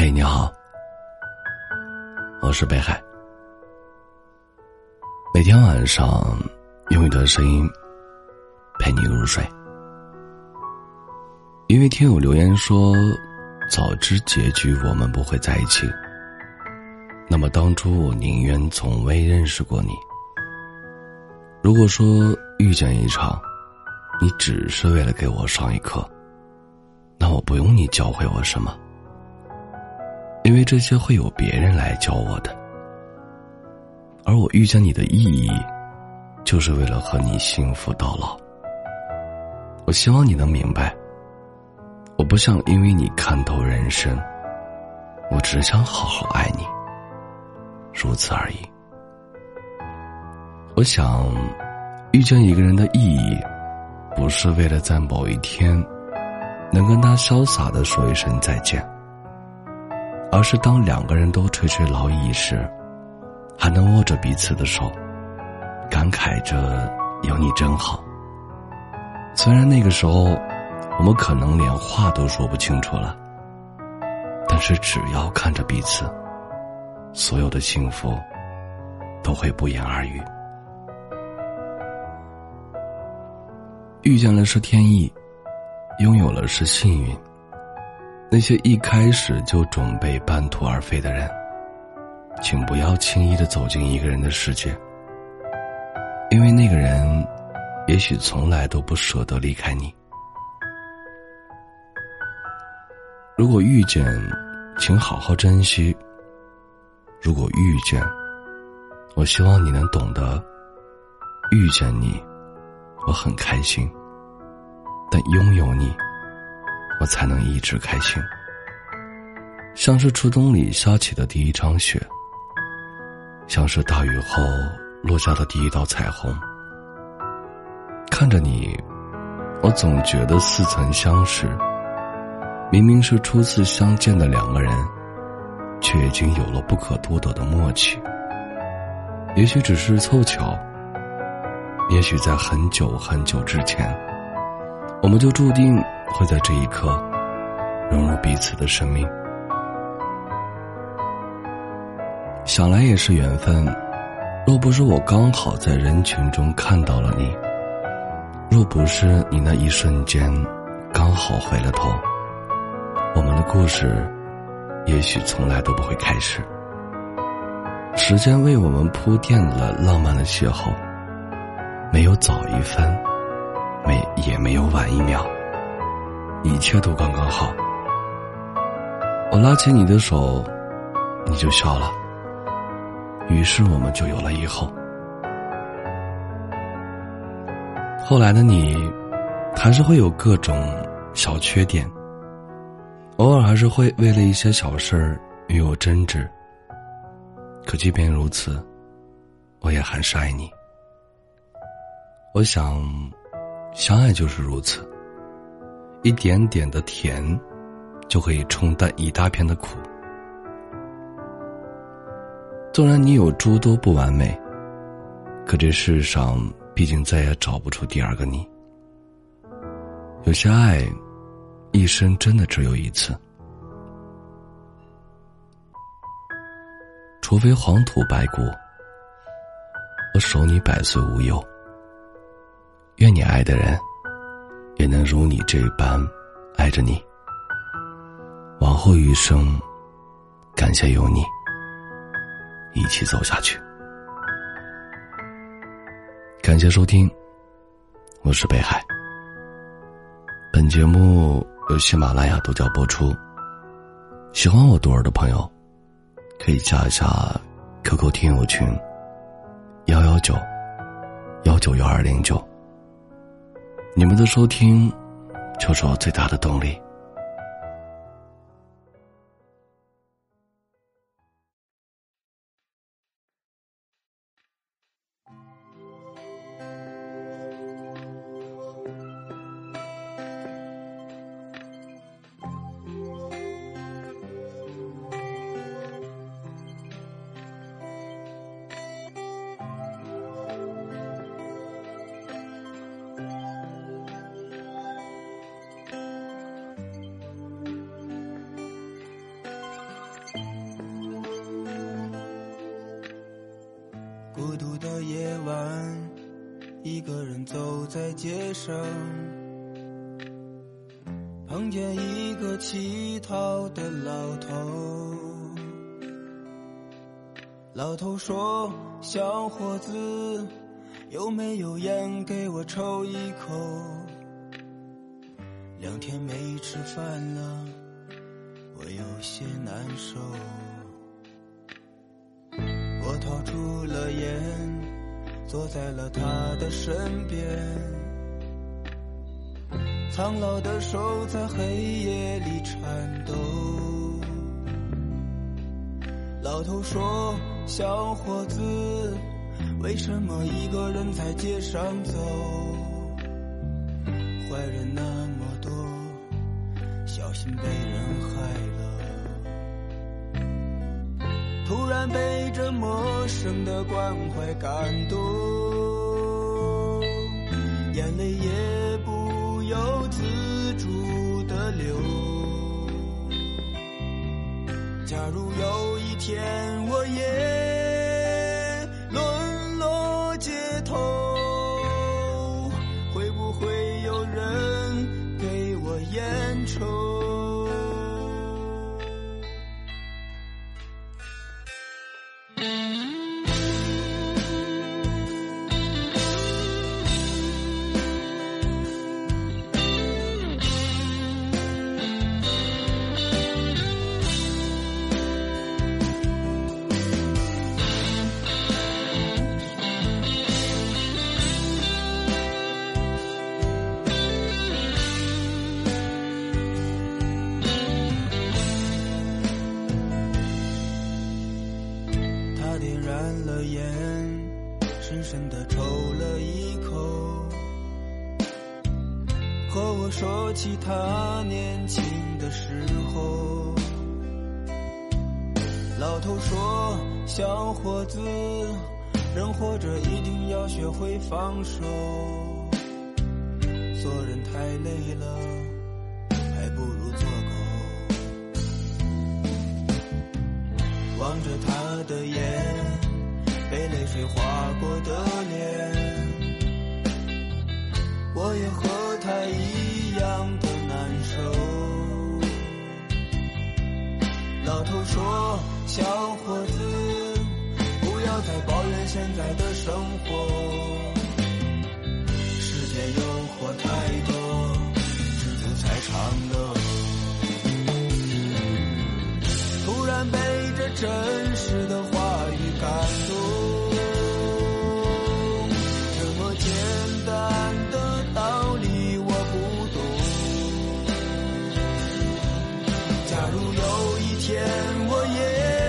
嘿，你好，我是北海。每天晚上用一段声音陪你入睡。因为听友留言说，早知结局我们不会在一起，那么当初我宁愿从未认识过你。如果说遇见一场，你只是为了给我上一课，那我不用你教会我什么，因为这些会有别人来教我的。而我遇见你的意义，就是为了和你幸福到老。我希望你能明白，我不想因为你看透人生，我只想好好爱你，如此而已。我想遇见一个人的意义，不是为了在某一天能跟他潇洒地说一声再见，而是当两个人都垂垂老矣时，还能握着彼此的手，感慨着有你真好。虽然那个时候我们可能连话都说不清楚了，但是只要看着彼此，所有的幸福都会不言而喻。遇见了是天意，拥有了是幸运。那些一开始就准备半途而废的人，请不要轻易地走进一个人的世界，因为那个人也许从来都不舍得离开你。如果遇见，请好好珍惜；如果遇见，我希望你能懂得，遇见你我很开心，但拥有你我才能一直开心。像是初冬里下起的第一场雪，像是大雨后落下的第一道彩虹。看着你，我总觉得似曾相识，明明是初次相见的两个人，却已经有了不可多得的默契。也许只是凑巧，也许在很久很久之前，我们就注定会在这一刻融入彼此的生命。想来也是缘分，若不是我刚好在人群中看到了你，若不是你那一瞬间刚好回了头，我们的故事也许从来都不会开始。时间为我们铺垫了浪漫的邂逅，没有早一分，也没有晚一秒，一切都刚刚好。我拉起你的手，你就笑了，于是我们就有了以后。后来的你还是会有各种小缺点，偶尔还是会为了一些小事儿与我争执，可即便如此，我也还是爱你。我想相爱就是如此，一点点的甜就可以冲淡一大片的苦。纵然你有诸多不完美，可这世上毕竟再也找不出第二个你。有些爱一生真的只有一次，除非黄土白骨，我守你百岁无忧。愿你爱的人也能如你这般爱着你，往后余生感谢有你一起走下去。感谢收听，我是北海。本节目由喜马拉雅独家播出。喜欢我独儿的朋友，可以加一下 QQ 听友群119-191-209。你们的收听就是我最大的动力。 夜晚，一个人走在街上，碰见一个乞讨的老头。老头说，小伙子，有没有烟给我抽一口？2天没吃饭了，我有些难受。我掏出了烟，坐在了他的身边，苍老的手在黑夜里颤抖。老头说，小伙子，为什么一个人在街上走？坏人那么多，小心被人害了。突然被这陌生的关怀感动，眼泪也不由自主地流。假如有一天我也沦落街头，会不会有人给我烟抽？点燃了烟，深深地抽了一口，和我说起他年轻的时候。老头说，小伙子，人活着一定要学会放手，做人太累了，还不如做狗。望着他的眼，被泪水划过的脸，我也和他一样的难受。老头说，小伙子，不要再抱怨现在的生活，世间诱惑太多，知足才常乐。突然被这真实的话语感动，这么简单的道理我不懂。假如有一天我也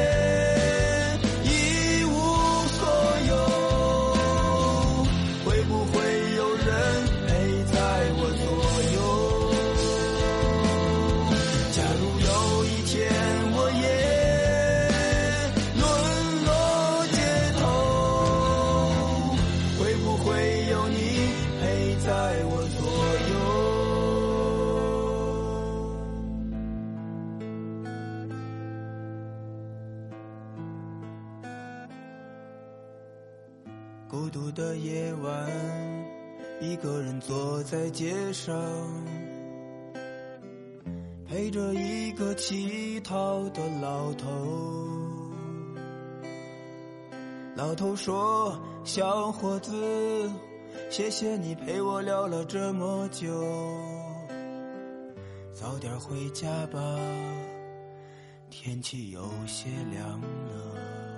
一无所有，会不会有人陪在我左右？假如有一天我也在我左右。孤独的夜晚，一个人坐在街上，陪着一个乞讨的老头。老头说，小伙子，谢谢你陪我聊了这么久，早点回家吧，天气有些凉了。